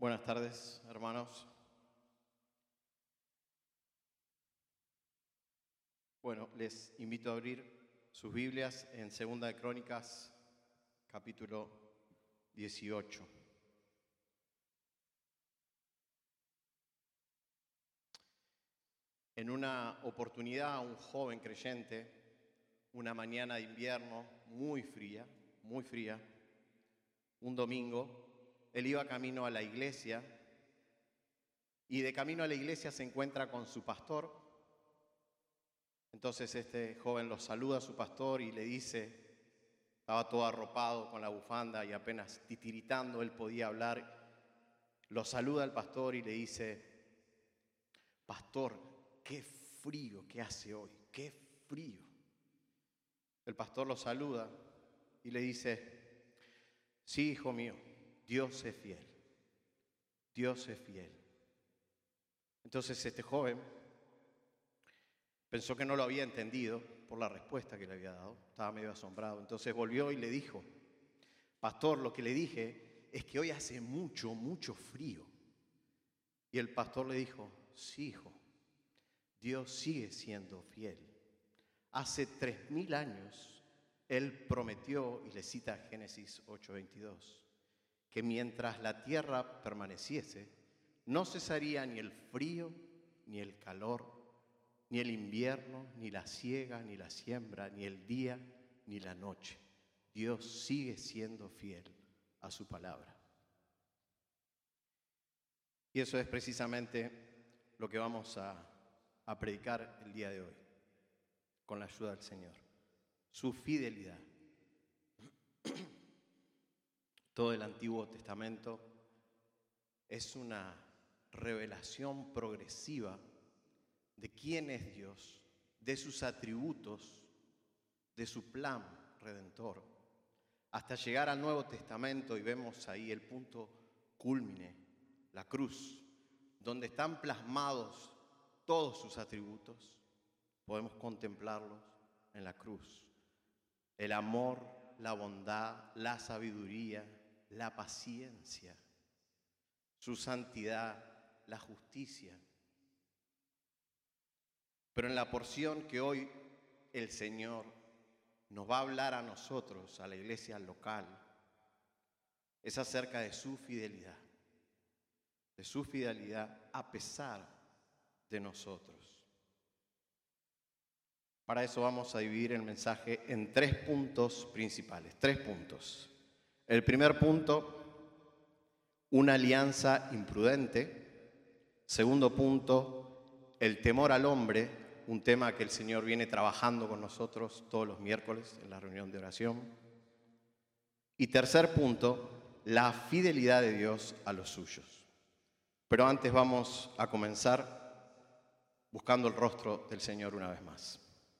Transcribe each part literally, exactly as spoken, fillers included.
Buenas tardes, hermanos. Bueno, les invito a abrir sus Biblias en Segunda de Crónicas, capítulo dieciocho. En una oportunidad, un joven creyente, una mañana de invierno muy fría, muy fría, un domingo, él iba camino a la iglesia y de camino a la iglesia se encuentra con su pastor. Entonces este joven lo saluda a su pastor y le dice, estaba todo arropado con la bufanda y apenas titiritando, él podía hablar. Lo saluda al pastor y le dice, pastor, qué frío que hace hoy, qué frío. El pastor lo saluda y le dice, sí, hijo mío, Dios es fiel, Dios es fiel. Entonces este joven pensó que no lo había entendido por la respuesta que le había dado, estaba medio asombrado. Entonces volvió y le dijo, pastor, lo que le dije es que hoy hace mucho, mucho frío. Y el pastor le dijo, sí, hijo, Dios sigue siendo fiel. Hace tres mil años Él prometió, y le cita Génesis ocho veintidós, que mientras la tierra permaneciese, no cesaría ni el frío ni el calor, ni el invierno, ni la siega, ni la siembra, ni el día, ni la noche. Dios sigue siendo fiel a su palabra. Y eso es precisamente lo que vamos a, a predicar el día de hoy, con la ayuda del Señor. Su fidelidad. Todo el Antiguo Testamento es una revelación progresiva de quién es Dios, de sus atributos, de su plan redentor, hasta llegar al Nuevo Testamento y vemos ahí el punto cúlmine, la cruz, donde están plasmados todos sus atributos. Podemos contemplarlos en la cruz. El amor, la bondad, la sabiduría, la paciencia, su santidad, la justicia. Pero en la porción que hoy el Señor nos va a hablar a nosotros, a la iglesia local, es acerca de su fidelidad, de su fidelidad a pesar de nosotros. Para eso vamos a dividir el mensaje en tres puntos principales, tres puntos. El primer punto, una alianza imprudente. Segundo punto, el temor al hombre, un tema que el Señor viene trabajando con nosotros todos los miércoles en la reunión de oración. Y tercer punto, la fidelidad de Dios a los suyos. Pero antes vamos a comenzar buscando el rostro del Señor una vez más.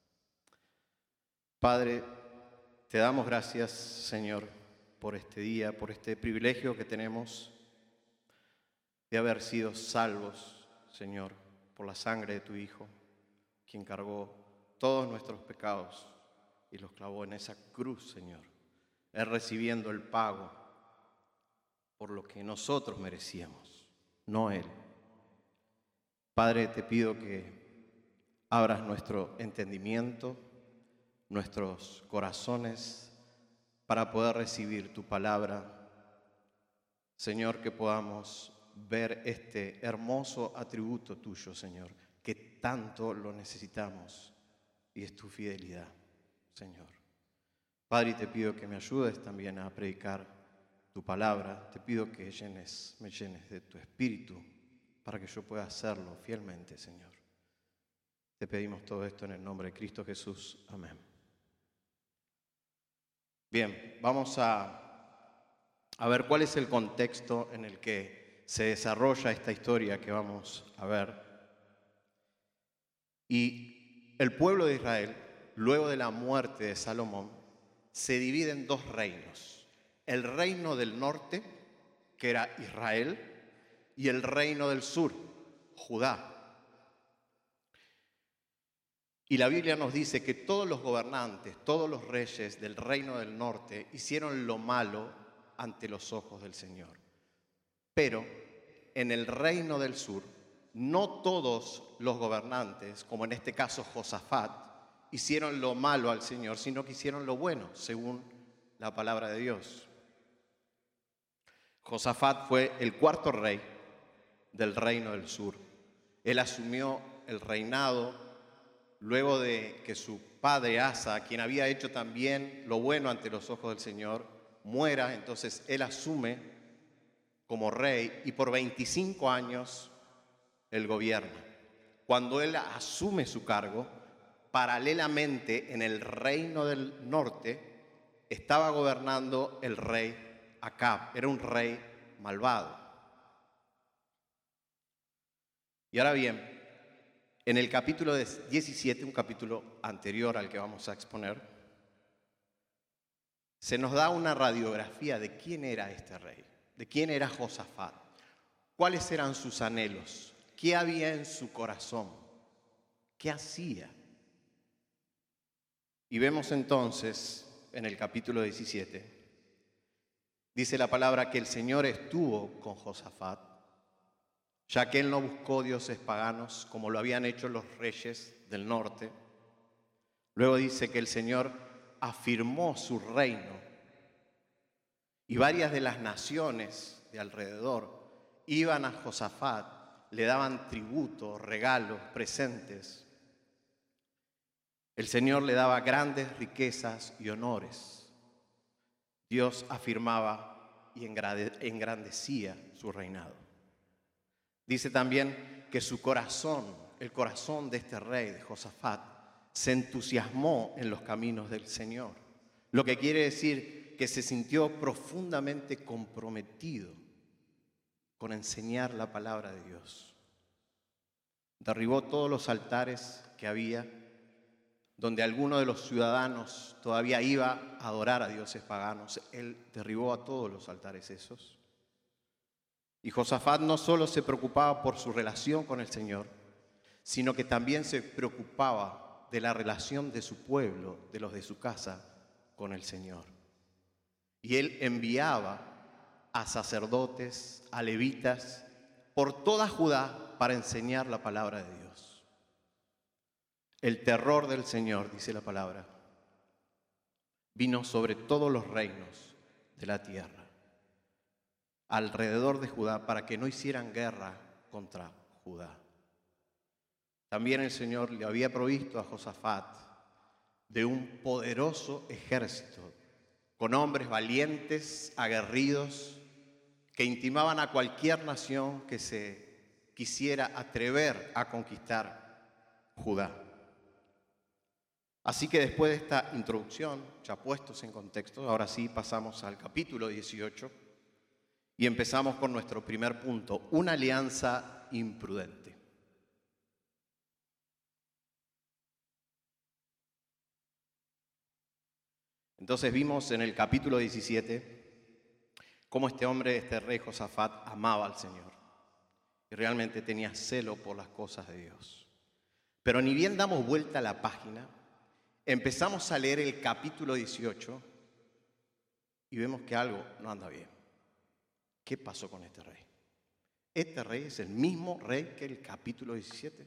Padre, te damos gracias, Señor, por este día, por este privilegio que tenemos de haber sido salvos, Señor, por la sangre de tu Hijo, quien cargó todos nuestros pecados y los clavó en esa cruz, Señor, Él recibiendo el pago por lo que nosotros merecíamos, no Él. Padre, te pido que abras nuestro entendimiento, nuestros corazones, para poder recibir tu palabra. Señor, que podamos ver este hermoso atributo tuyo, Señor, que tanto lo necesitamos, y es tu fidelidad, Señor. Padre, te pido que me ayudes también a predicar tu palabra. Te pido que llenes, me llenes de tu espíritu para que yo pueda hacerlo fielmente, Señor. Te pedimos todo esto en el nombre de Cristo Jesús. Amén. Bien, vamos a, a ver cuál es el contexto en el que se desarrolla esta historia que vamos a ver. Y el pueblo de Israel, luego de la muerte de Salomón, se divide en dos reinos. El reino del norte, que era Israel, y el reino del sur, Judá. Y la Biblia nos dice que todos los gobernantes, todos los reyes del reino del norte hicieron lo malo ante los ojos del Señor. Pero en el reino del sur, no todos los gobernantes, como en este caso Josafat, hicieron lo malo al Señor, sino que hicieron lo bueno, según la palabra de Dios. Josafat fue el cuarto rey del reino del sur. Él asumió el reinado luego de que su padre Asa, quien había hecho también lo bueno ante los ojos del Señor, muera. Entonces él asume como rey y por veinticinco años él gobierna. Cuando él asume su cargo, paralelamente en el reino del norte estaba gobernando el rey Acab. Era un rey malvado. Y ahora bien, en el capítulo diecisiete, un capítulo anterior al que vamos a exponer, se nos da una radiografía de quién era este rey, de quién era Josafat, cuáles eran sus anhelos, qué había en su corazón, qué hacía. Y vemos entonces en el capítulo diecisiete, dice la palabra que el Señor estuvo con Josafat, ya que él no buscó dioses paganos como lo habían hecho los reyes del norte. Luego dice que el Señor afirmó su reino y varias de las naciones de alrededor iban a Josafat, le daban tributo, regalos, presentes. El Señor le daba grandes riquezas y honores. Dios afirmaba y engrandecía su reinado. Dice también que su corazón, el corazón de este rey, de Josafat, se entusiasmó en los caminos del Señor. Lo que quiere decir que se sintió profundamente comprometido con enseñar la palabra de Dios. Derribó todos los altares que había, donde alguno de los ciudadanos todavía iba a adorar a dioses paganos. Él derribó a todos los altares esos. Y Josafat no solo se preocupaba por su relación con el Señor, sino que también se preocupaba de la relación de su pueblo, de los de su casa, con el Señor. Y él enviaba a sacerdotes, a levitas, por toda Judá para enseñar la palabra de Dios. El terror del Señor, dice la palabra, vino sobre todos los reinos de la tierra, alrededor de Judá, para que no hicieran guerra contra Judá. También el Señor le había provisto a Josafat de un poderoso ejército, con hombres valientes, aguerridos, que intimaban a cualquier nación que se quisiera atrever a conquistar Judá. Así que después de esta introducción, ya puestos en contexto, ahora sí pasamos al capítulo dieciocho y empezamos con nuestro primer punto, una alianza imprudente. Entonces vimos en el capítulo diecisiete cómo este hombre, este rey Josafat, amaba al Señor y realmente tenía celo por las cosas de Dios. Pero ni bien damos vuelta a la página, empezamos a leer el capítulo dieciocho y vemos que algo no anda bien. ¿Qué pasó con este rey? ¿Este rey es el mismo rey que el capítulo diecisiete?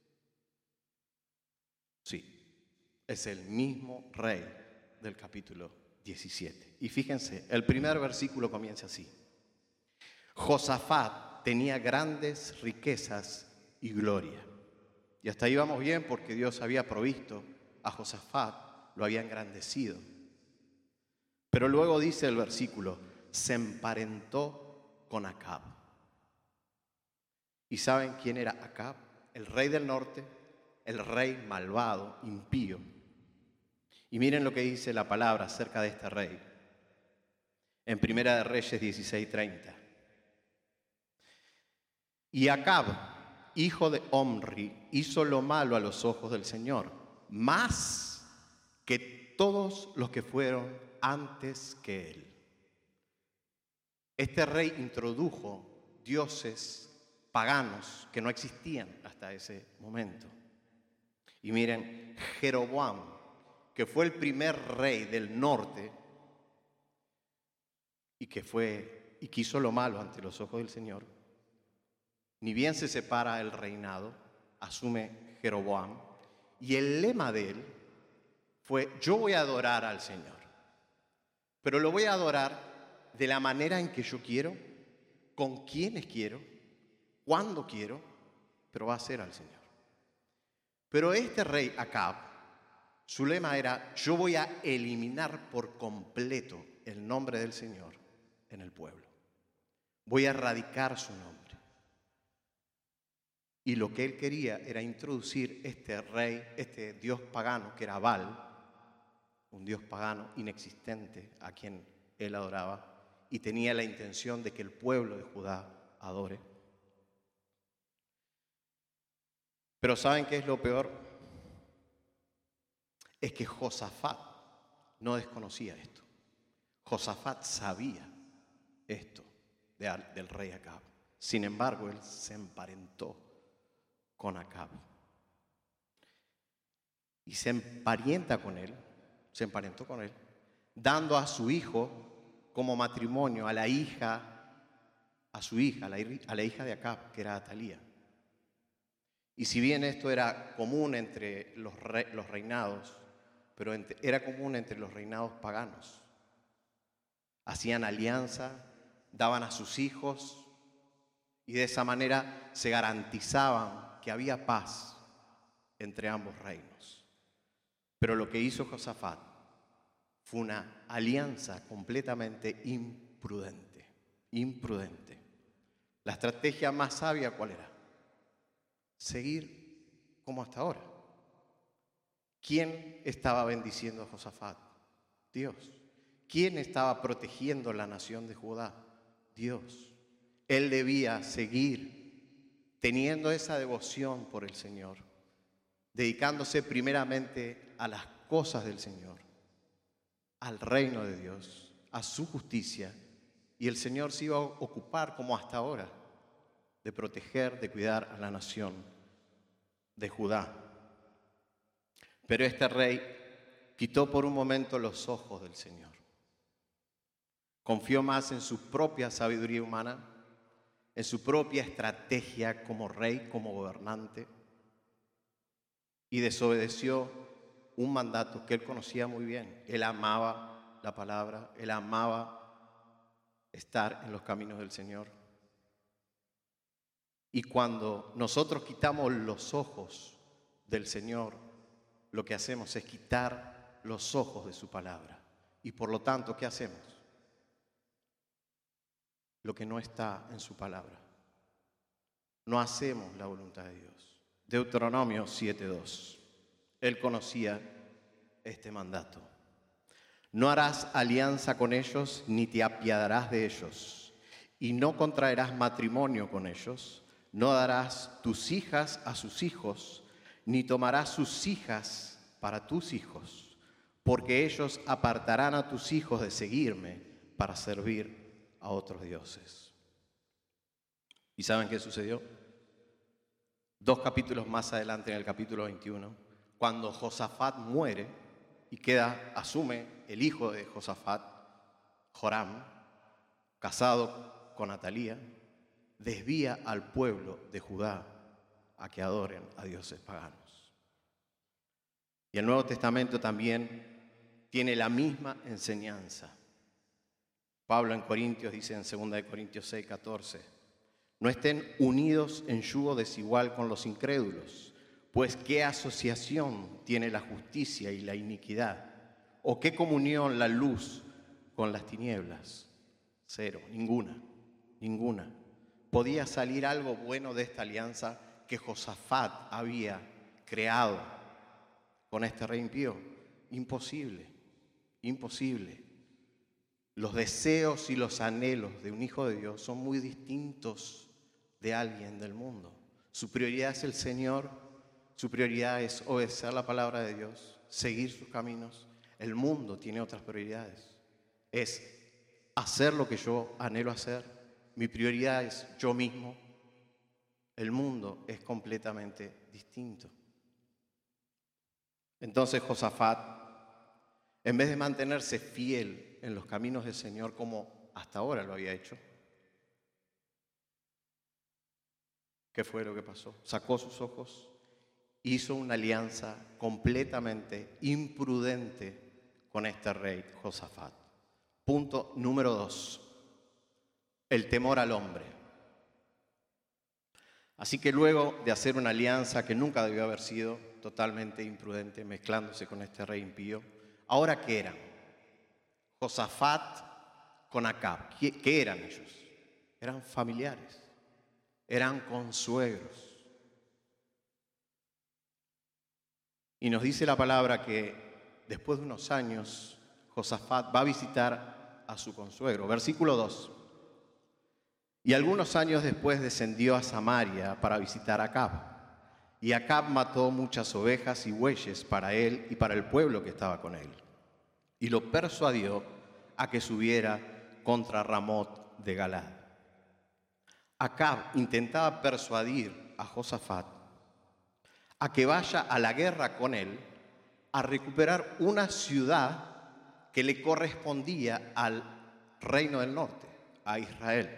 Sí, es el mismo rey del capítulo diecisiete. Y fíjense, el primer versículo comienza así. Josafat tenía grandes riquezas y gloria. Y hasta ahí vamos bien porque Dios había provisto a Josafat, lo había engrandecido. Pero luego dice el versículo, se emparentó con Acab. ¿Y saben quién era Acab? El rey del norte, el rey malvado, impío. Y miren lo que dice la palabra acerca de este rey. En Primera de Reyes dieciséis treinta. Y Acab, hijo de Omri, hizo lo malo a los ojos del Señor, más que todos los que fueron antes que él. Este rey introdujo dioses paganos que no existían hasta ese momento. Y miren, Jeroboam, que fue el primer rey del norte y que fue y quiso lo malo ante los ojos del Señor, ni bien se separa el reinado, asume Jeroboam, y el lema de él fue: yo voy a adorar al Señor, pero lo voy a adorar de la manera en que yo quiero, con quienes quiero, cuando quiero, pero va a ser al Señor. Pero este rey Acab, su lema era: yo voy a eliminar por completo el nombre del Señor en el pueblo. Voy a erradicar su nombre. Y lo que él quería era introducir este rey, este dios pagano que era Baal, un dios pagano inexistente a quien él adoraba, y tenía la intención de que el pueblo de Judá adore. Pero ¿saben qué es lo peor? Es que Josafat no desconocía esto. Josafat sabía esto de, del rey Acab. Sin embargo, él se emparentó con Acab. Y se emparenta con él, se emparentó con él, dando a su hijo como matrimonio a la hija, a su hija, a la, a la hija de Acab, que era Atalía. Y si bien esto era común entre los, re, los reinados, pero entre, era común entre los reinados paganos. Hacían alianza, daban a sus hijos y de esa manera se garantizaban que había paz entre ambos reinos. Pero lo que hizo Josafat fue una alianza completamente imprudente, imprudente. La estrategia más sabia, ¿cuál era? Seguir como hasta ahora. ¿Quién estaba bendiciendo a Josafat? Dios. ¿Quién estaba protegiendo la nación de Judá? Dios. Él debía seguir teniendo esa devoción por el Señor, dedicándose primeramente a las cosas del Señor, al reino de Dios, a su justicia, y el Señor se iba a ocupar, como hasta ahora, de proteger, de cuidar a la nación de Judá. Pero este rey quitó por un momento los ojos del Señor. Confió más en su propia sabiduría humana, en su propia estrategia como rey, como gobernante, y desobedeció un mandato que él conocía muy bien. Él amaba la palabra, él amaba estar en los caminos del Señor. Y cuando nosotros quitamos los ojos del Señor, lo que hacemos es quitar los ojos de su palabra. Y por lo tanto, ¿qué hacemos? Lo que no está en su palabra. No hacemos la voluntad de Dios. Deuteronomio siete dos. Él conocía este mandato. No harás alianza con ellos, ni te apiadarás de ellos, y no contraerás matrimonio con ellos. No darás tus hijas a sus hijos, ni tomarás sus hijas para tus hijos, porque ellos apartarán a tus hijos de seguirme para servir a otros dioses. ¿Y saben qué sucedió? Dos capítulos más adelante, en el capítulo veintiuno, cuando Josafat muere y queda, asume el hijo de Josafat, Joram, casado con Atalía, desvía al pueblo de Judá a que adoren a dioses paganos. Y el Nuevo Testamento también tiene la misma enseñanza. Pablo en Corintios dice en segunda de Corintios seis catorce, no estén unidos en yugo desigual con los incrédulos, pues ¿qué asociación tiene la justicia y la iniquidad? ¿O qué comunión la luz con las tinieblas? Cero, ninguna, ninguna. ¿Podía salir algo bueno de esta alianza que Josafat había creado con este rey impío? Imposible, imposible. Los deseos y los anhelos de un hijo de Dios son muy distintos de alguien del mundo. Su prioridad es el Señor, su prioridad es obedecer la palabra de Dios, seguir sus caminos. El mundo tiene otras prioridades. Es hacer lo que yo anhelo hacer. Mi prioridad es yo mismo. El mundo es completamente distinto. Entonces Josafat, en vez de mantenerse fiel en los caminos del Señor como hasta ahora lo había hecho, ¿Qué fue lo que pasó? Sacó sus ojos, hizo una alianza completamente imprudente con este rey Josafat. Punto número dos, el temor al hombre. Así que luego de hacer una alianza que nunca debió haber sido, totalmente imprudente, mezclándose con este rey impío, ¿ahora qué eran? Josafat con Acab. ¿Qué, qué eran ellos? Eran familiares, eran consuegros. Y nos dice la palabra que después de unos años, Josafat va a visitar a su consuegro. Versículo dos. Y algunos años después descendió a Samaria para visitar a Acab. Y Acab mató muchas ovejas y bueyes para él y para el pueblo que estaba con él. Y lo persuadió a que subiera contra Ramot de Galad. Acab intentaba persuadir a Josafat a que vaya a la guerra con él a recuperar una ciudad que le correspondía al reino del norte, a Israel.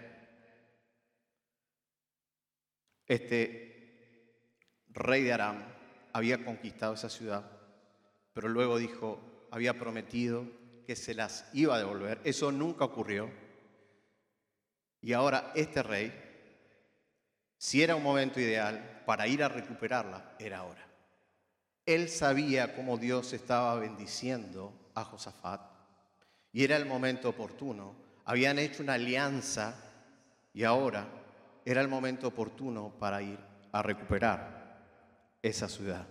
Este rey de Aram había conquistado esa ciudad, pero luego dijo, había prometido que se las iba a devolver. Eso nunca ocurrió. Y ahora este rey, si era un momento ideal para ir a recuperarla, era ahora. Él sabía cómo Dios estaba bendiciendo a Josafat y era el momento oportuno. Habían hecho una alianza y ahora era el momento oportuno para ir a recuperar esa ciudad.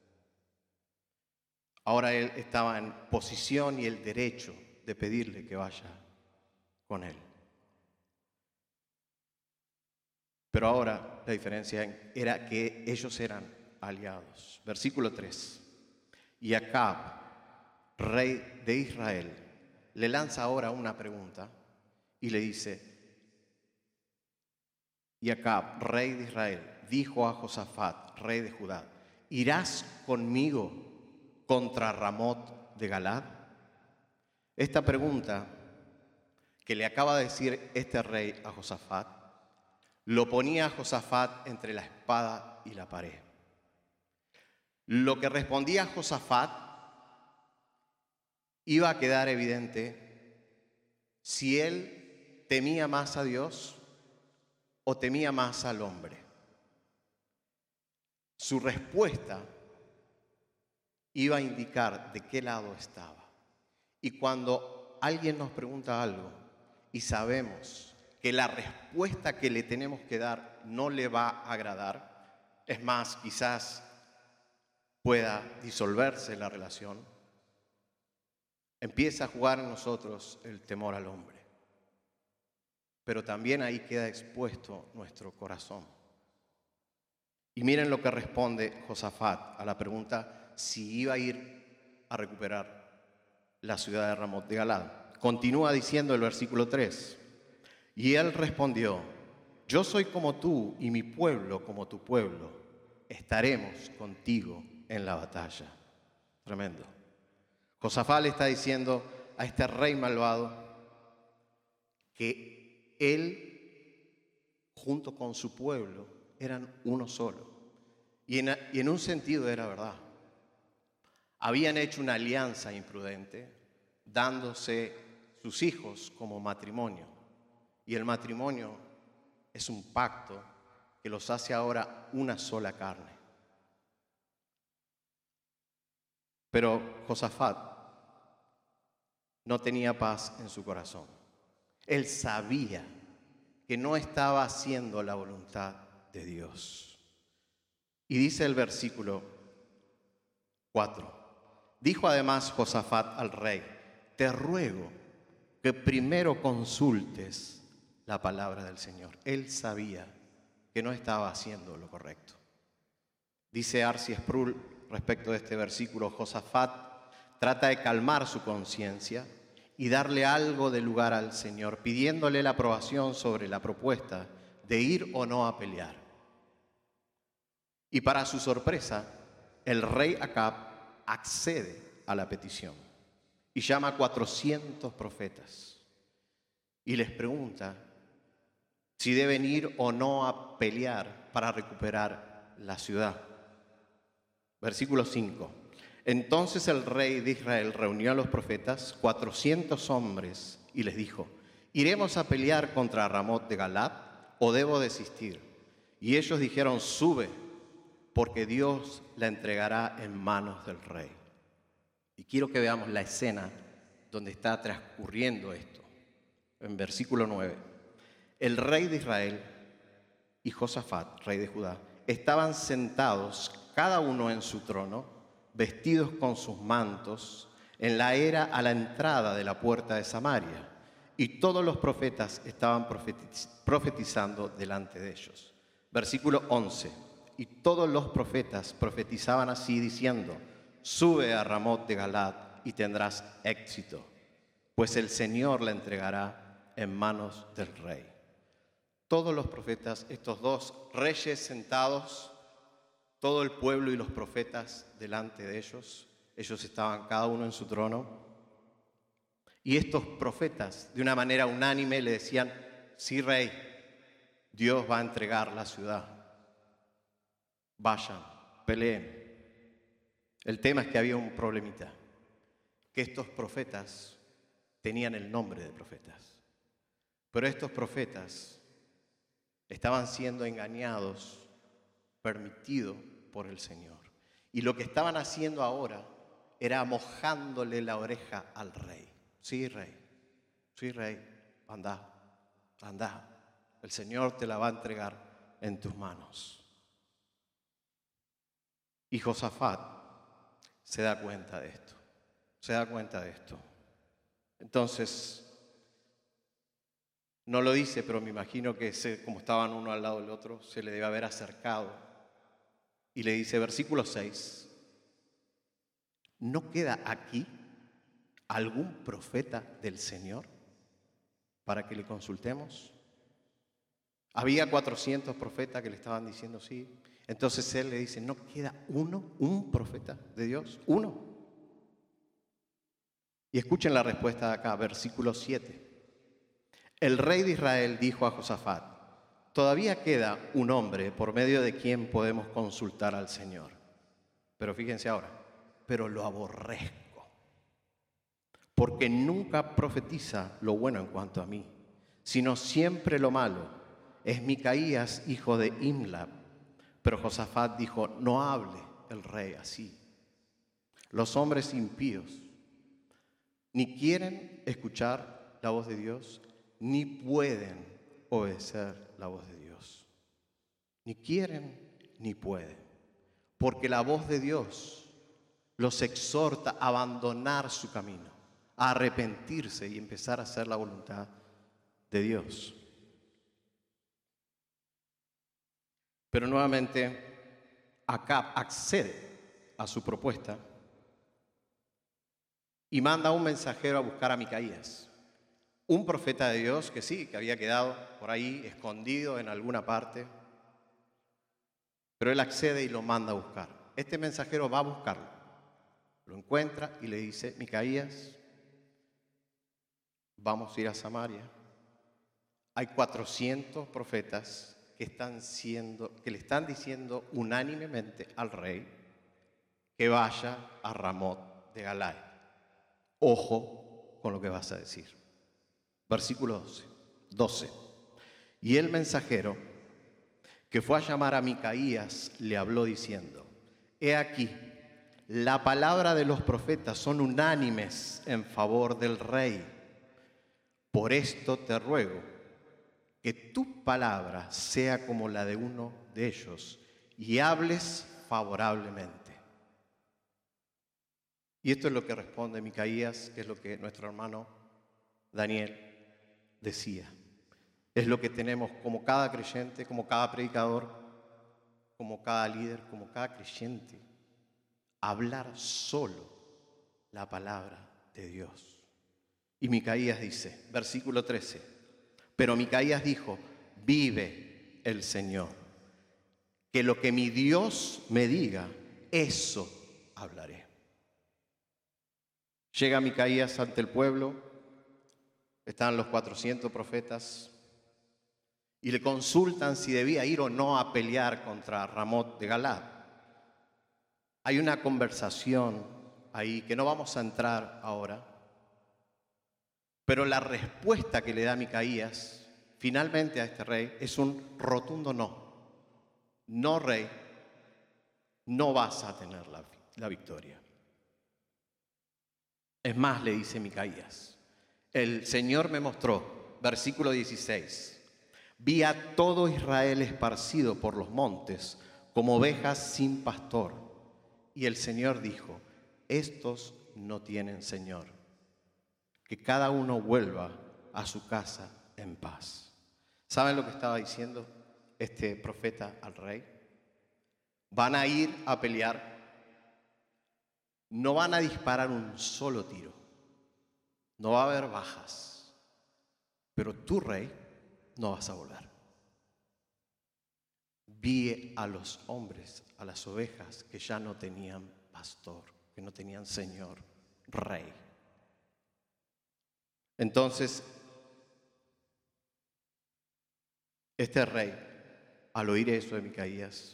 Ahora él estaba en posición y el derecho de pedirle que vaya con él. Pero ahora la diferencia era que ellos eran aliados. Versículo tres. Y Acab, rey de Israel, le lanza ahora una pregunta y le dice, y Acab, rey de Israel, dijo a Josafat, rey de Judá, ¿irás conmigo contra Ramot de Galad? Esta pregunta que le acaba de decir este rey a Josafat, lo ponía a Josafat entre la espada y la pared. Lo que respondía Josafat iba a quedar evidente si él temía más a Dios o temía más al hombre. Su respuesta iba a indicar de qué lado estaba. Y cuando alguien nos pregunta algo y sabemos que la respuesta que le tenemos que dar no le va a agradar, es más, quizás pueda disolverse la relación, empieza a jugar en nosotros el temor al hombre. Pero también ahí queda expuesto nuestro corazón. Y miren lo que responde Josafat a la pregunta si iba a ir a recuperar la ciudad de Ramot de Galad. Continúa diciendo el versículo tres. Y él respondió, yo soy como tú y mi pueblo como tu pueblo. Estaremos contigo en la batalla. Tremendo. Josafat le está diciendo a este rey malvado que él, junto con su pueblo, eran uno solo. Y en, y en un sentido era verdad. Habían hecho una alianza imprudente, dándose sus hijos como matrimonio. Y el matrimonio es un pacto que los hace ahora una sola carne. Pero Josafat no tenía paz en su corazón. Él sabía que no estaba haciendo la voluntad de Dios. Y dice el versículo cuatro. Dijo además Josafat al rey, te ruego que primero consultes la palabra del Señor. Él sabía que no estaba haciendo lo correcto. Dice Arsi Sproul respecto de este versículo, Josafat trata de calmar su conciencia y darle algo de lugar al Señor, pidiéndole la aprobación sobre la propuesta de ir o no a pelear. Y para su sorpresa, el rey Acab accede a la petición y llama a cuatrocientos profetas y les pregunta si deben ir o no a pelear para recuperar la ciudad. Versículo cinco. Entonces el rey de Israel reunió a los profetas, cuatrocientos hombres, y les dijo: ¿iremos a pelear contra Ramot de Galad o debo desistir? Y ellos dijeron: sube, porque Dios la entregará en manos del rey. Y quiero que veamos la escena donde está transcurriendo esto. En versículo nueve. El rey de Israel y Josafat, rey de Judá, estaban sentados cada uno en su trono, vestidos con sus mantos, en la era a la entrada de la puerta de Samaria, y todos los profetas estaban profetiz- profetizando delante de ellos. Versículo once. Y todos los profetas profetizaban así, diciendo: sube a Ramot de Galad y tendrás éxito, pues el Señor la entregará en manos del rey. Todos los profetas, estos dos reyes sentados, todo el pueblo y los profetas delante de ellos, ellos estaban cada uno en su trono, y estos profetas de una manera unánime le decían: sí, rey, Dios va a entregar la ciudad, vayan, peleen. El tema es que había un problemita, que estos profetas tenían el nombre de profetas, pero estos profetas estaban siendo engañados, permitido por el Señor. Y lo que estaban haciendo ahora era mojándole la oreja al rey. Sí, rey, sí, rey, anda, anda, el Señor te la va a entregar en tus manos. Y Josafat se da cuenta de esto, se da cuenta de esto. Entonces, no lo dice, pero me imagino que se, como estaban uno al lado del otro, se le debe haber acercado. Y le dice, versículo seis, ¿no queda aquí algún profeta del Señor para que le consultemos? Había cuatrocientos profetas que le estaban diciendo sí. Entonces él le dice, ¿no queda uno, un profeta de Dios? Uno. Y escuchen la respuesta de acá, versículo siete. El rey de Israel dijo a Josafat: todavía queda un hombre por medio de quien podemos consultar al Señor. Pero fíjense ahora, pero lo aborrezco, porque nunca profetiza lo bueno en cuanto a mí, sino siempre lo malo. Es Micaías, hijo de Imla. Pero Josafat dijo, no hable el rey así. Los hombres impíos ni quieren escuchar la voz de Dios, ni pueden obedecer la voz de Dios. Ni quieren ni pueden. Porque la voz de Dios los exhorta a abandonar su camino, a arrepentirse y empezar a hacer la voluntad de Dios. Pero nuevamente, Acab accede a su propuesta y manda a un mensajero a buscar a Micaías, un profeta de Dios que sí, que había quedado por ahí escondido en alguna parte, pero él accede y lo manda a buscar. Este mensajero va a buscarlo, lo encuentra y le dice, Micaías, vamos a ir a Samaria. Hay cuatrocientos profetas que, están siendo, que le están diciendo unánimemente al rey que vaya a Ramot de Galad. Ojo con lo que vas a decir. Versículo doce. Y el mensajero que fue a llamar a Micaías le habló diciendo, he aquí, la palabra de los profetas son unánimes en favor del rey. Por esto te ruego que tu palabra sea como la de uno de ellos y hables favorablemente. Y esto es lo que responde Micaías, que es lo que nuestro hermano Daniel decía. Es lo que tenemos como cada creyente, como cada predicador, como cada líder, como cada creyente. Hablar solo la palabra de Dios. Y Micaías dice, versículo trece, pero Micaías dijo, vive el Señor, que lo que mi Dios me diga, eso hablaré. Llega Micaías ante el pueblo, están los cuatrocientos profetas, y le consultan si debía ir o no a pelear contra Ramot de Galad. Hay una conversación ahí que no vamos a entrar ahora, pero la respuesta que le da Micaías finalmente a este rey es un rotundo no. No, rey, no vas a tener la, la victoria. Es más, le dice Micaías, el Señor me mostró, versículo dieciséis, vi a todo Israel esparcido por los montes como ovejas sin pastor. Y el Señor dijo, estos no tienen Señor, que cada uno vuelva a su casa en paz. ¿Saben lo que estaba diciendo este profeta al rey? Van a ir a pelear, no van a disparar un solo tiro, no va a haber bajas, pero tú, rey, no vas a volar. Vi a los hombres, a las ovejas que ya no tenían pastor, que no tenían Señor, rey. Entonces, este rey, al oír eso de Micaías,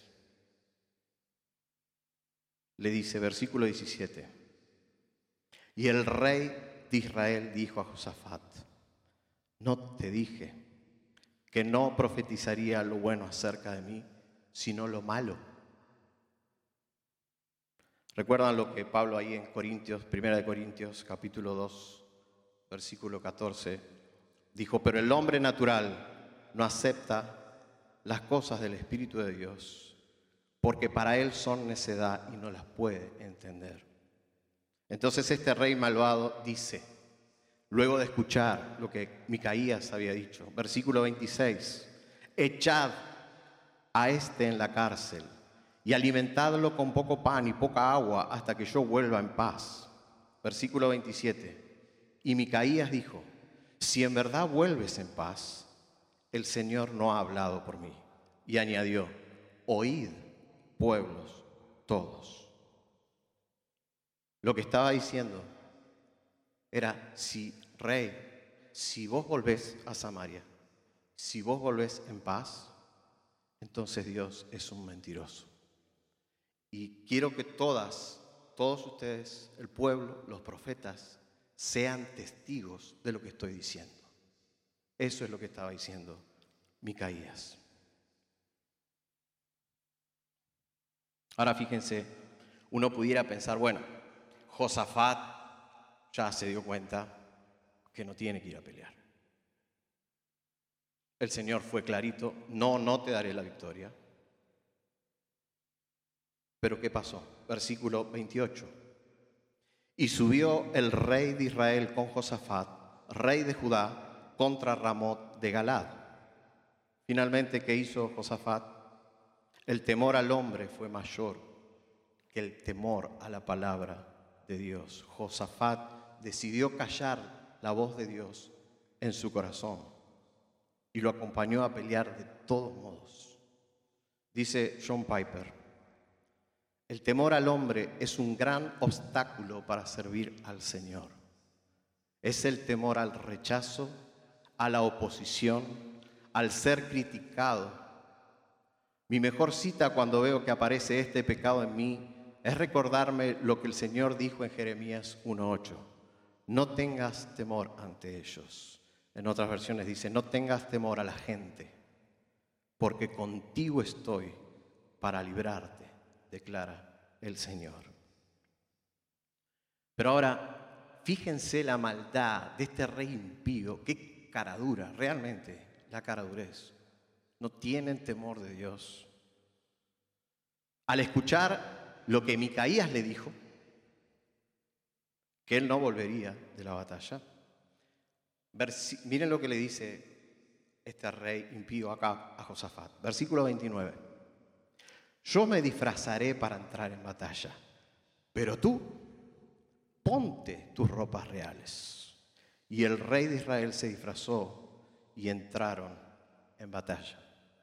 le dice, versículo diecisiete, y el rey de Israel dijo a Josafat, ¿no te dije que no profetizaría lo bueno acerca de mí, sino lo malo? ¿Recuerdan lo que Pablo ahí en Corintios, primera de Corintios, capítulo dos, versículo catorce, dijo, pero el hombre natural no acepta las cosas del Espíritu de Dios, porque para él son necedad y no las puede entender. Entonces este rey malvado dice, luego de escuchar lo que Micaías había dicho, versículo veintiséis, echad a este en la cárcel y alimentadlo con poco pan y poca agua hasta que yo vuelva en paz. Versículo veintisiete, y Micaías dijo, si en verdad vuelves en paz, el Señor no ha hablado por mí. Y añadió, oíd, pueblos todos. Lo que estaba diciendo era, si rey, si vos volvés a Samaria, si vos volvés en paz, entonces Dios es un mentiroso. Y quiero que todas, todos ustedes, el pueblo, los profetas, sean testigos de lo que estoy diciendo. Eso es lo que estaba diciendo Micaías. Ahora fíjense, uno pudiera pensar, bueno, Josafat ya se dio cuenta que no tiene que ir a pelear. El Señor fue clarito, no, no te daré la victoria. Pero ¿qué pasó? Versículo veintiocho. Y subió el rey de Israel con Josafat, rey de Judá, contra Ramot de Galad. Finalmente, ¿qué hizo Josafat? El temor al hombre fue mayor que el temor a la palabra de Dios. Josafat decidió callar la voz de Dios en su corazón y lo acompañó a pelear de todos modos. Dice John Piper, el temor al hombre es un gran obstáculo para servir al Señor. Es el temor al rechazo, a la oposición, al ser criticado. Mi mejor cita cuando veo que aparece este pecado en mí es recordarme lo que el Señor dijo en Jeremías uno ocho. No tengas temor ante ellos. En otras versiones dice, no tengas temor a la gente, porque contigo estoy para librarte, declara el Señor. Pero ahora, fíjense la maldad de este rey impío, qué caradura, realmente, la caradurez. No tienen temor de Dios. Al escuchar lo que Micaías le dijo, que él no volvería de la batalla, Versi- miren lo que le dice este rey impío acá a Josafat. Versículo veintinueve. Yo me disfrazaré para entrar en batalla, pero tú ponte tus ropas reales. Y el rey de Israel se disfrazó y entraron en batalla.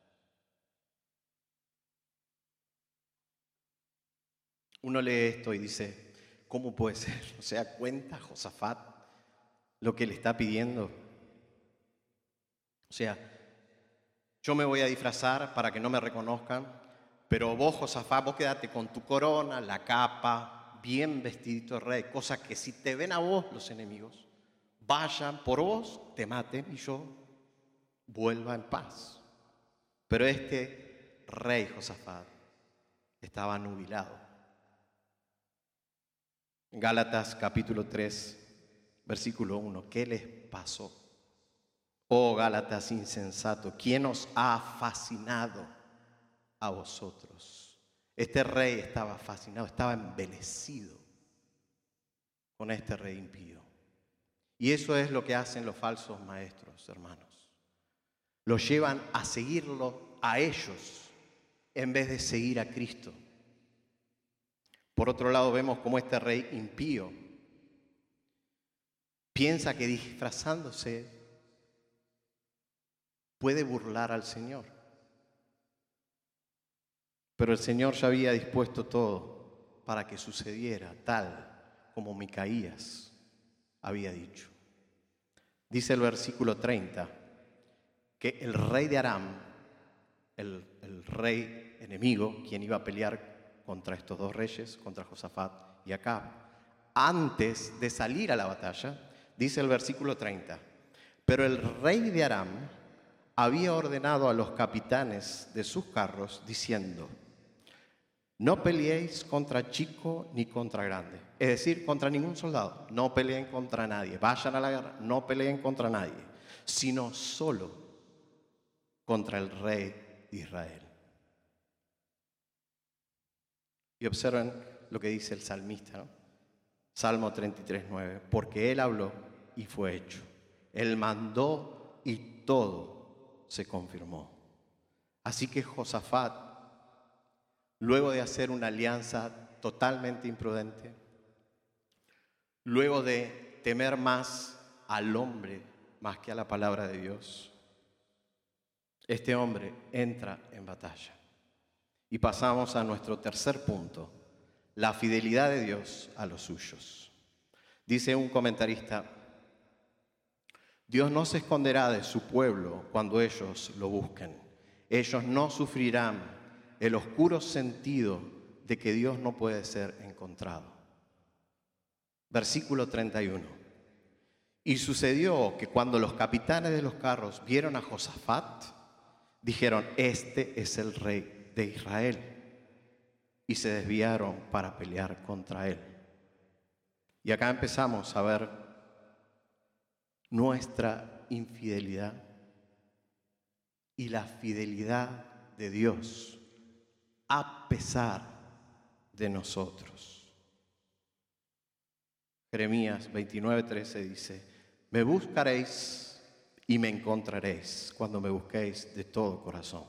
Uno lee esto y dice, ¿cómo puede ser? ¿No se da cuenta Josafat lo que le está pidiendo? O sea, Yo me voy a disfrazar para que no me reconozcan, pero vos, Josafat, vos quédate con tu corona, la capa, bien vestidito de rey, cosa que si te ven a vos los enemigos, vayan por vos, te maten y yo vuelva en paz. Pero este rey Josafat estaba nubilado. Gálatas capítulo tres, versículo uno, ¿qué les pasó? Oh Gálatas insensato, ¿quién os ha fascinado a vosotros? Este rey estaba fascinado, estaba embelecido con este rey impío. Y eso es lo que hacen los falsos maestros, hermanos. Los llevan a seguirlo a ellos en vez de seguir a Cristo. Por otro lado, vemos cómo este rey impío piensa que disfrazándose puede burlar al Señor. Pero el Señor ya había dispuesto todo para que sucediera tal como Micaías había dicho. Dice el versículo treinta que el rey de Aram, el, el rey enemigo, quien iba a pelear contra estos dos reyes, contra Josafat y Acab, antes de salir a la batalla, dice el versículo treinta, pero el rey de Aram había ordenado a los capitanes de sus carros diciendo, no peleéis contra chico ni contra grande, es decir, contra ningún soldado, no peleen contra nadie, vayan a la guerra, no peleen contra nadie, sino solo contra el rey de Israel. Y observen lo que dice el salmista, ¿no? Salmo treinta y tres, nueve, porque él habló y fue hecho, él mandó y todo se confirmó. Así que Josafat, luego de hacer una alianza totalmente imprudente, luego de temer más al hombre más que a la palabra de Dios, este hombre entra en batalla. Y pasamos a nuestro tercer punto, la fidelidad de Dios a los suyos. Dice un comentarista, Dios no se esconderá de su pueblo cuando ellos lo busquen. Ellos no sufrirán el oscuro sentido de que Dios no puede ser encontrado. Versículo treinta y uno. Y sucedió que cuando los capitanes de los carros vieron a Josafat, dijeron, este es el rey de Israel. Y se desviaron para pelear contra él. Y acá empezamos a ver nuestra infidelidad y la fidelidad de Dios a pesar de nosotros. Jeremías veintinueve, trece dice, me buscaréis y me encontraréis cuando me busquéis de todo corazón.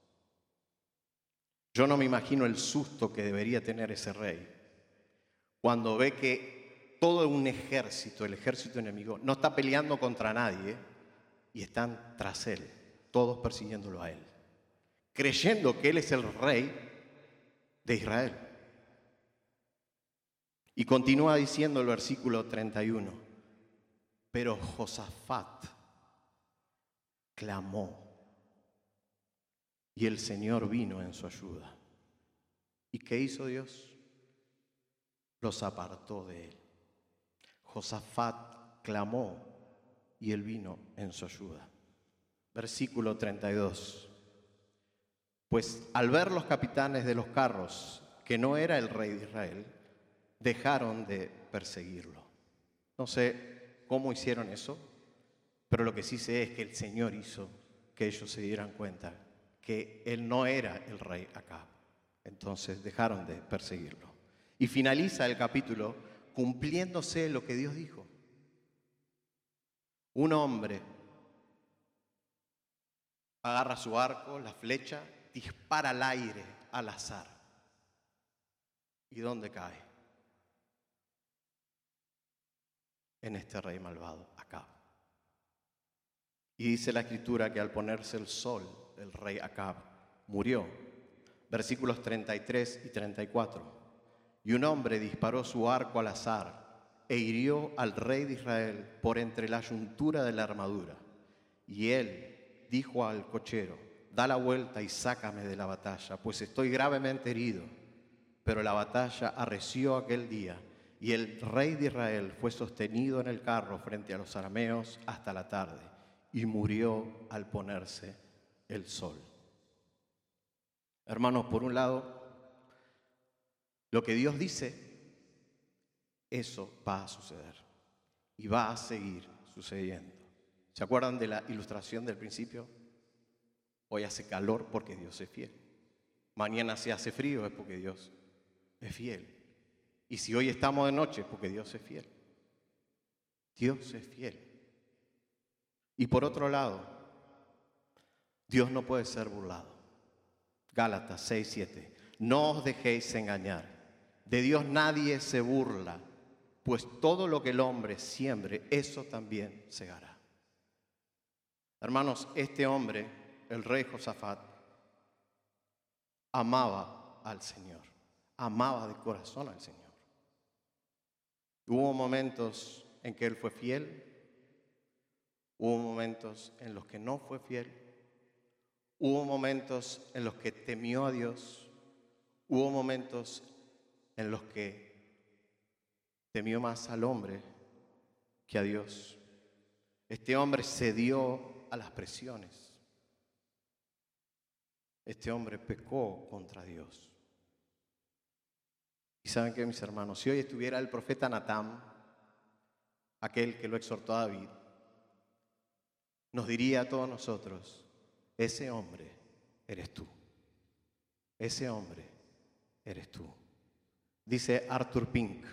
Yo no me imagino el susto que debería tener ese rey cuando ve que todo un ejército, el ejército enemigo, no está peleando contra nadie y están tras él, todos persiguiéndolo a él, creyendo que él es el rey de Israel. Y continúa diciendo el versículo treinta y uno, pero Josafat clamó y el Señor vino en su ayuda. ¿Y qué hizo Dios? Los apartó de él. Josafat clamó y él vino en su ayuda. Versículo treinta y dos. Pues al ver los capitanes de los carros que no era el rey de Israel, dejaron de perseguirlo. No sé cómo hicieron eso, pero lo que sí sé es que el Señor hizo que ellos se dieran cuenta que él no era el rey Acab. Entonces dejaron de perseguirlo. Y finaliza el capítulo cumpliéndose lo que Dios dijo. Un hombre agarra su arco, la flecha, dispara al aire al azar. ¿Y dónde cae? En este rey malvado, Acab. Y dice la Escritura que al ponerse el sol, el rey Acab murió. Versículos treinta y tres y treinta y cuatro. Y un hombre disparó su arco al azar e hirió al rey de Israel por entre la yuntura de la armadura. Y él dijo al cochero, da la vuelta y sácame de la batalla, pues estoy gravemente herido. Pero la batalla arreció aquel día, y el rey de Israel fue sostenido en el carro frente a los arameos hasta la tarde, y murió al ponerse el sol. Hermanos, por un lado, lo que Dios dice, eso va a suceder y va a seguir sucediendo. ¿Se acuerdan de la ilustración del principio? Hoy hace calor porque Dios es fiel. Mañana se hace frío es porque Dios es fiel. Y si hoy estamos de noche es porque Dios es fiel. Dios es fiel. Y por otro lado, Dios no puede ser burlado. Gálatas seis, siete. No os dejéis engañar. De Dios nadie se burla, pues todo lo que el hombre siembre, eso también segará. Hermanos, este hombre, el rey Josafat, amaba al Señor, amaba de corazón al Señor. Hubo momentos en que él fue fiel, hubo momentos en los que no fue fiel, hubo momentos en los que temió a Dios, hubo momentos en los que temió más al hombre que a Dios. Este hombre cedió a las presiones. Este hombre pecó contra Dios. Y saben qué, mis hermanos, si hoy estuviera el profeta Natán, aquel que lo exhortó a David, nos diría a todos nosotros: ese hombre eres tú. Ese hombre eres tú. Dice Arthur Pink: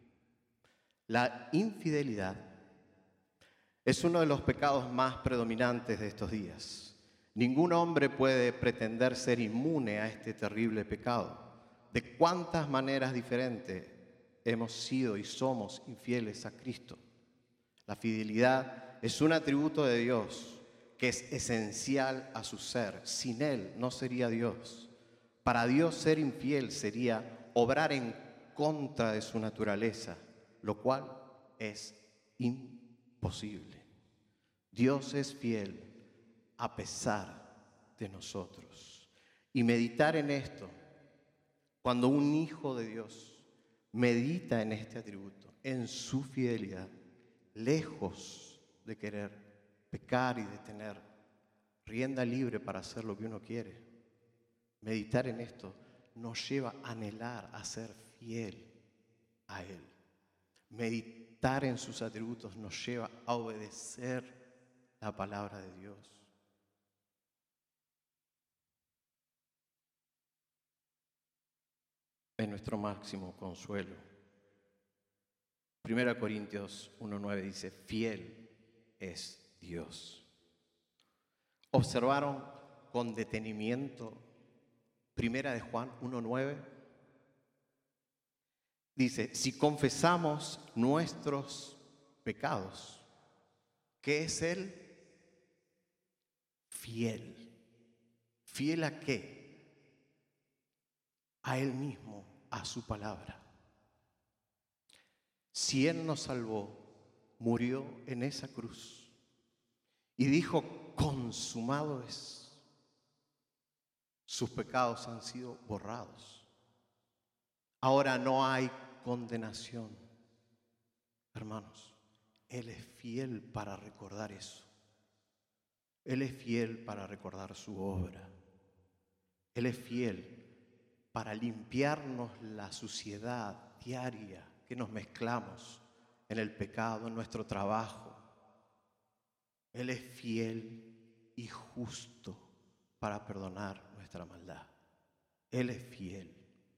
la infidelidad es uno de los pecados más predominantes de estos días. Ningún hombre puede pretender ser inmune a este terrible pecado. De cuántas maneras diferentes hemos sido y somos infieles a Cristo. La fidelidad es un atributo de Dios que es esencial a su ser. Sin Él no sería Dios. Para Dios ser infiel sería obrar en contra de su naturaleza, lo cual es imposible. Dios es fiel a pesar de nosotros. Y meditar en esto, cuando un hijo de Dios medita en este atributo, en su fidelidad, lejos de querer pecar y de tener rienda libre para hacer lo que uno quiere, meditar en esto nos lleva a anhelar a ser fiel a Él. Meditar en sus atributos nos lleva a obedecer la palabra de Dios. Es nuestro máximo consuelo. Primera Corintios uno nueve dice: fiel es Dios. ¿Observaron con detenimiento Primera de Juan uno nueve? Dice: si confesamos nuestros pecados, ¿qué es Él? Fiel. ¿Fiel a qué? A Él mismo, a su palabra. Si Él nos salvó, murió en esa cruz y dijo: consumado es. Sus pecados han sido borrados. Ahora no hay condenación. Hermanos, Él es fiel para recordar eso. Él es fiel para recordar su obra. Él es fiel para limpiarnos la suciedad diaria que nos mezclamos en el pecado, en nuestro trabajo. Él es fiel y justo para perdonar nuestra maldad. Él es fiel.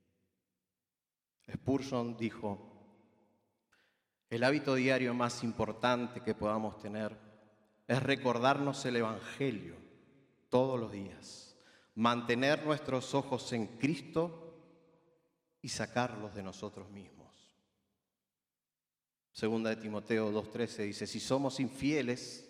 Spurgeon dijo: el hábito diario más importante que podamos tener es recordarnos el Evangelio todos los días, mantener nuestros ojos en Cristo y sacarlos de nosotros mismos. Segunda de Timoteo dos trece dice: si somos infieles,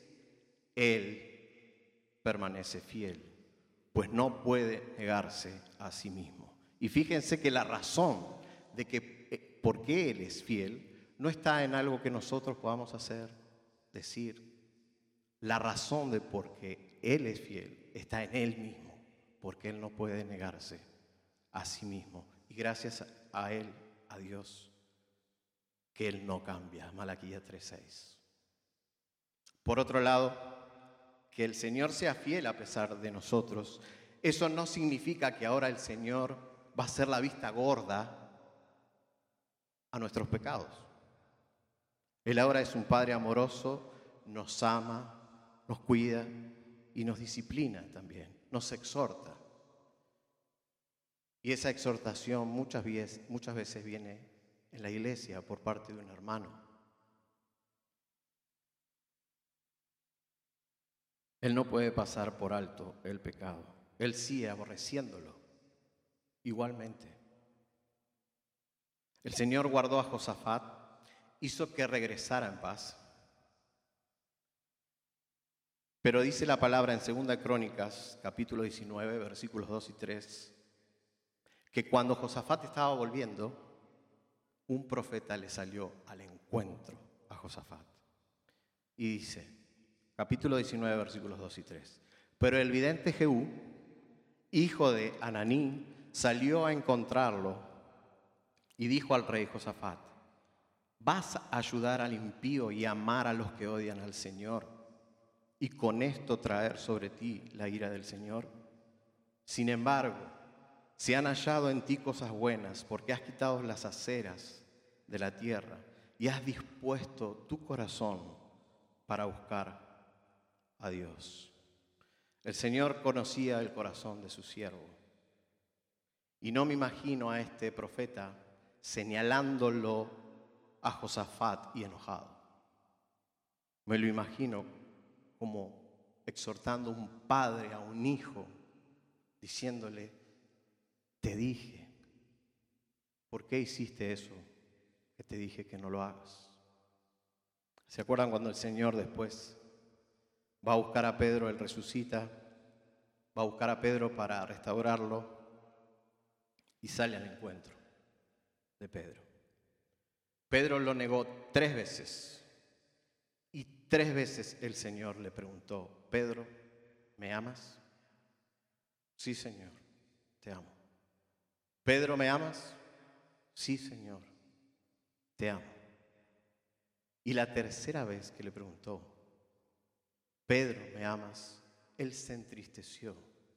Él permanece fiel, pues no puede negarse a sí mismo. Y fíjense que la razón de que eh, por qué Él es fiel no está en algo que nosotros podamos hacer, decir. La razón de por qué Él es fiel está en Él mismo, porque Él no puede negarse a sí mismo. Y gracias a Él, a Dios, que Él no cambia. Malaquías tres seis. Por otro lado, que el Señor sea fiel a pesar de nosotros, eso no significa que ahora el Señor va a hacer la vista gorda a nuestros pecados. Él ahora es un Padre amoroso, nos ama, nos cuida y nos disciplina también, nos exhorta. Y esa exhortación muchas veces, muchas veces viene en la iglesia por parte de un hermano. Él no puede pasar por alto el pecado. Él sigue aborreciéndolo igualmente. El Señor guardó a Josafat, hizo que regresara en paz. Pero dice la palabra en Segunda de Crónicas, capítulo diecinueve, versículos dos y tres, que cuando Josafat estaba volviendo, un profeta le salió al encuentro a Josafat. Y dice, capítulo diecinueve, versículos dos y tres, pero el vidente Jehú, hijo de Ananí, salió a encontrarlo y dijo al rey Josafat, ¿vas a ayudar al impío y amar a los que odian al Señor y con esto traer sobre ti la ira del Señor? Sin embargo, se han hallado en ti cosas buenas porque has quitado las aceras de la tierra y has dispuesto tu corazón para buscar a Dios. El Señor conocía el corazón de su siervo y no me imagino a este profeta señalándolo a Josafat y enojado. Me lo imagino como exhortando a un padre a un hijo, diciéndole, te dije, ¿por qué hiciste eso que te dije que no lo hagas? ¿Se acuerdan cuando el Señor después va a buscar a Pedro, Él resucita, va a buscar a Pedro para restaurarlo y sale al encuentro de Pedro? Pedro lo negó tres veces y tres veces el Señor le preguntó, Pedro, ¿me amas? Sí, Señor, te amo. Pedro, ¿me amas? Sí, Señor, te amo. Y la tercera vez que le preguntó, Pedro, ¿me amas? Él se entristeció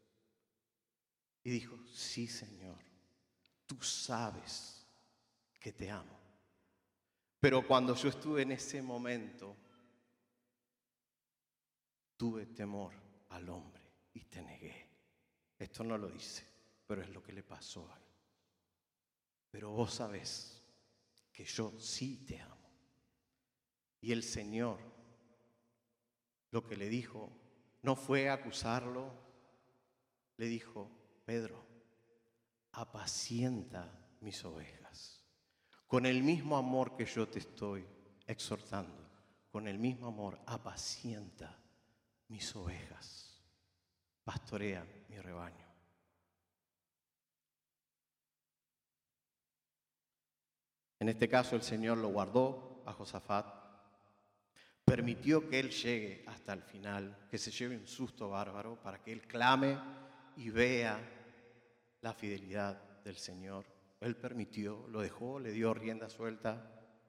y dijo, sí, Señor, tú sabes que te amo. Pero cuando yo estuve en ese momento, tuve temor al hombre y te negué. Esto no lo dice, pero es lo que le pasó a él. Pero vos sabés que yo sí te amo. Y el Señor lo que le dijo no fue acusarlo, le dijo, Pedro, apacienta mis ovejas. Con el mismo amor que yo te estoy exhortando, con el mismo amor, apacienta mis ovejas. Pastorea mi rebaño. En este caso el Señor lo guardó a Josafat, permitió que él llegue hasta el final, que se lleve un susto bárbaro para que él clame y vea la fidelidad del Señor. Él permitió, lo dejó, le dio rienda suelta.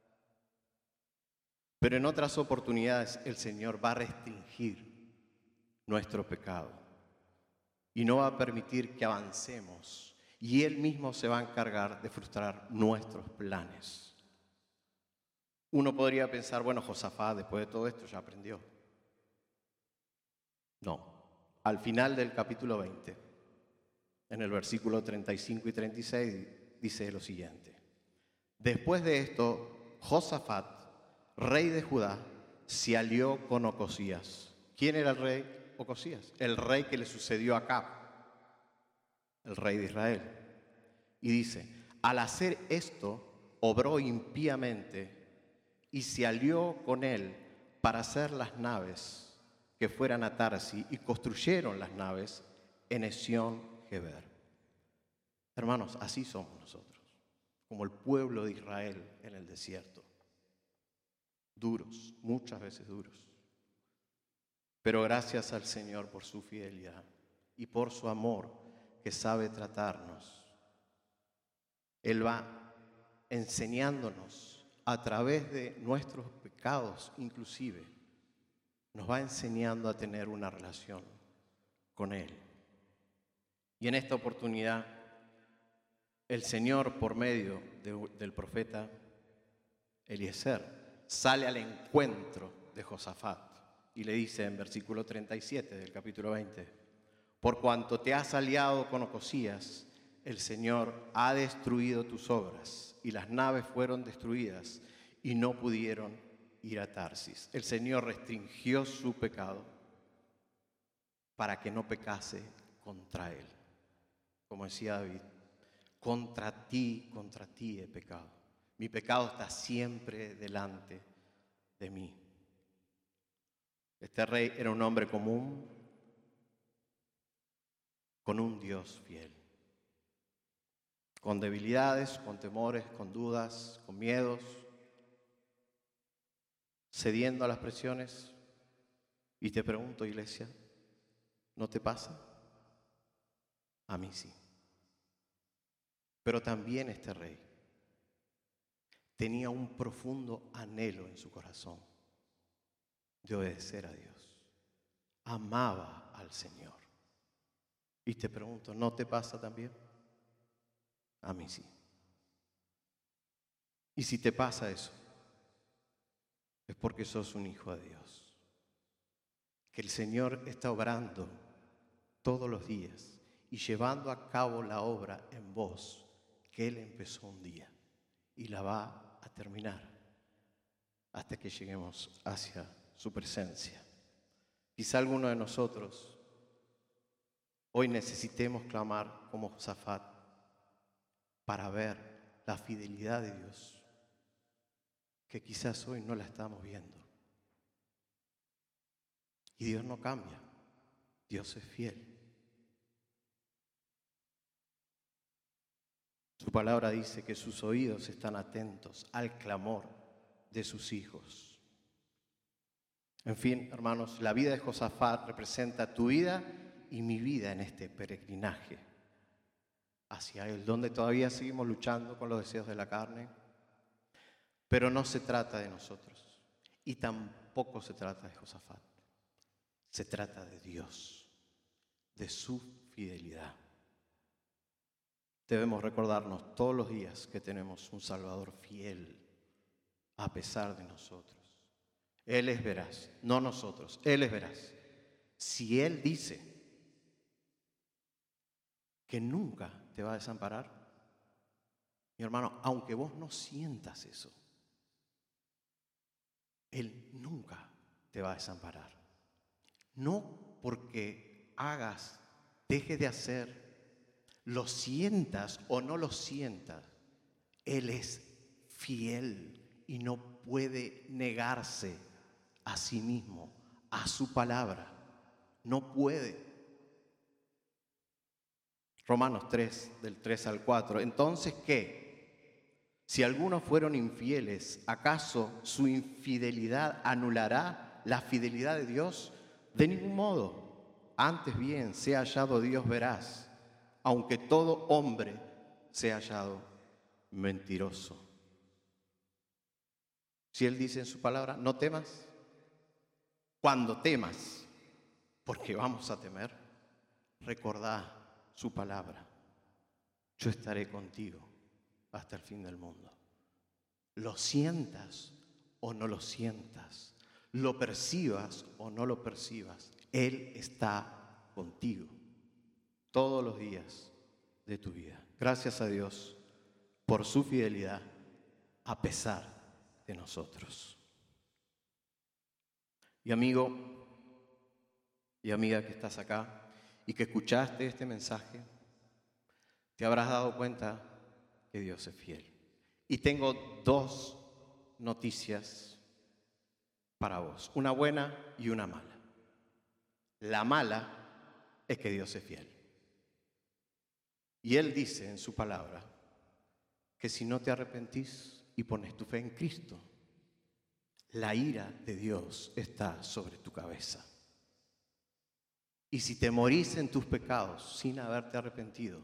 Pero en otras oportunidades el Señor va a restringir nuestro pecado y no va a permitir que avancemos. Y Él mismo se va a encargar de frustrar nuestros planes. Uno podría pensar, bueno, Josafat, después de todo esto, ya aprendió. No. Al final del capítulo veinte, en el versículo treinta y cinco y treinta y seis, dice lo siguiente. Después de esto, Josafat, rey de Judá, se alió con Ocosías. ¿Quién era el rey Ocosías? El rey que le sucedió a Acab, el rey de Israel. Y dice, al hacer esto, obró impíamente y se alió con él para hacer las naves que fueran a Tarsi y construyeron las naves en Esión-Geber. Hermanos, así somos nosotros, como el pueblo de Israel en el desierto. Duros, muchas veces duros. Pero gracias al Señor por su fidelidad. y por su amor que sabe tratarnos. Él va enseñándonos a través de nuestros pecados, inclusive, nos va enseñando a tener una relación con Él. Y en esta oportunidad, el Señor, por medio de, del profeta Eliezer, sale al encuentro de Josafat y le dice en versículo treinta y siete del capítulo veinte: por cuanto te has aliado con Ocosías, el Señor ha destruido tus obras, y las naves fueron destruidas y no pudieron ir a Tarsis. El Señor restringió su pecado para que no pecase contra él. Como decía David, contra ti, contra ti he pecado. Mi pecado está siempre delante de mí. Este rey era un hombre común, con un Dios fiel, con debilidades, con temores, con dudas, con miedos, cediendo a las presiones. Y te pregunto, iglesia, ¿no te pasa? A mí sí. Pero también este rey tenía un profundo anhelo en su corazón de obedecer a Dios. Amaba al Señor. Y te pregunto, ¿no te pasa también? A mí sí. Y si te pasa eso, es porque sos un hijo de Dios. Que el Señor está obrando todos los días y llevando a cabo la obra en vos que Él empezó un día y la va a terminar hasta que lleguemos hacia su presencia. Quizá alguno de nosotros hoy necesitemos clamar como Josafat para ver la fidelidad de Dios, que quizás hoy no la estamos viendo. Y Dios no cambia, Dios es fiel. Su palabra dice que sus oídos están atentos al clamor de sus hijos. En fin, hermanos, la vida de Josafat representa tu vida y mi vida en este peregrinaje hacia Él, donde todavía seguimos luchando con los deseos de la carne, pero no se trata de nosotros y tampoco se trata de Josafat. Se trata de Dios, de su fidelidad. Debemos recordarnos todos los días que tenemos un Salvador fiel a pesar de nosotros. Él es veraz, no nosotros, Él es veraz. Si Él dice que nunca te va a desamparar, mi hermano, aunque vos no sientas eso, Él nunca te va a desamparar. No porque hagas, dejes de hacer, lo sientas o no lo sientas, Él es fiel y no puede negarse a sí mismo, a su palabra. No puede. Romanos tres, del tres al cuatro. Entonces, ¿qué? Si algunos fueron infieles, ¿acaso su infidelidad anulará la fidelidad de Dios? De ningún modo. Antes bien, sea hallado Dios veraz, aunque todo hombre sea hallado mentiroso. Si Él dice en su palabra, no temas, cuando temas, porque vamos a temer, recordá su palabra. Yo estaré contigo hasta el fin del mundo. Lo sientas o no lo sientas, lo percibas o no lo percibas, Él está contigo todos los días de tu vida. Gracias a Dios por su fidelidad a pesar de nosotros. Y amigo y amiga que estás acá y que escuchaste este mensaje, te habrás dado cuenta que Dios es fiel. Y tengo dos noticias para vos, una buena y una mala. La mala es que Dios es fiel. Y Él dice en su palabra que si no te arrepentís y pones tu fe en Cristo, la ira de Dios está sobre tu cabeza. Y si te morís en tus pecados sin haberte arrepentido,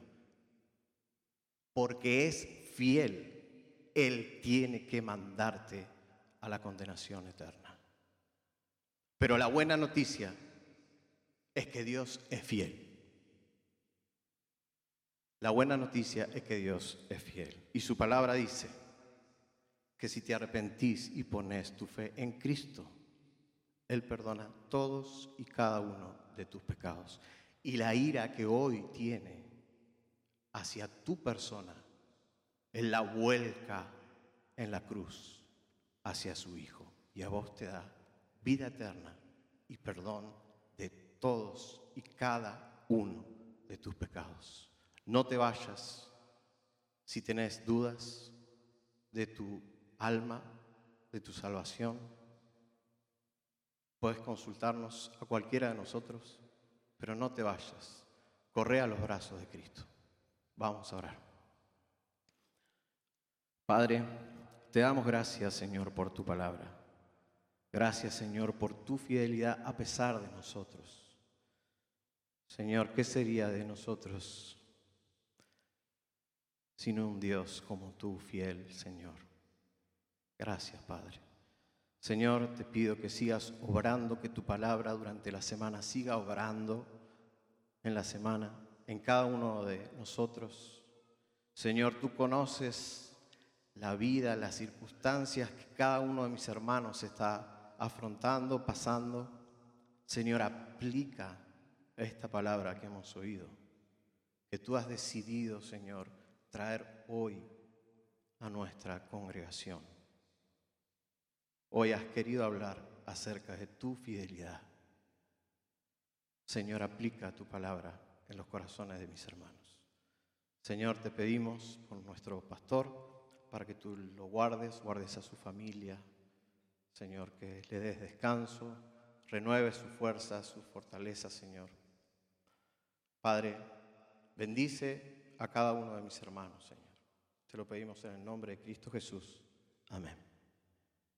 porque es fiel, Él tiene que mandarte a la condenación eterna. Pero la buena noticia es que Dios es fiel. La buena noticia es que Dios es fiel. Y su palabra dice que si te arrepentís y pones tu fe en Cristo, Él perdona todos y cada uno de tus pecados. Y la ira que hoy tiene hacia tu persona, Él la vuelca en la cruz hacia su Hijo. Y a vos te da vida eterna y perdón de todos y cada uno de tus pecados. No te vayas si tenés dudas de tu alma, de tu salvación. Puedes consultarnos a cualquiera de nosotros, pero no te vayas. Corre a los brazos de Cristo. Vamos a orar. Padre, te damos gracias, Señor, por tu palabra. Gracias, Señor, por tu fidelidad a pesar de nosotros. Señor, ¿qué sería de nosotros sino un Dios como tú, fiel, Señor? Gracias, Padre. Señor, te pido que sigas obrando, que tu palabra durante la semana siga obrando en la semana, en cada uno de nosotros. Señor, tú conoces la vida, las circunstancias que cada uno de mis hermanos está afrontando, pasando. Señor, aplica esta palabra que hemos oído, que tú has decidido, Señor, traer hoy a nuestra congregación. Hoy has querido hablar acerca de tu fidelidad. Señor, aplica tu palabra en los corazones de mis hermanos. Señor, te pedimos por nuestro pastor, para que tú lo guardes, guardes a su familia. Señor, que le des descanso, renueve su fuerza, su fortaleza, Señor. Padre, bendice a cada uno de mis hermanos, Señor. Te lo pedimos en el nombre de Cristo Jesús. Amén.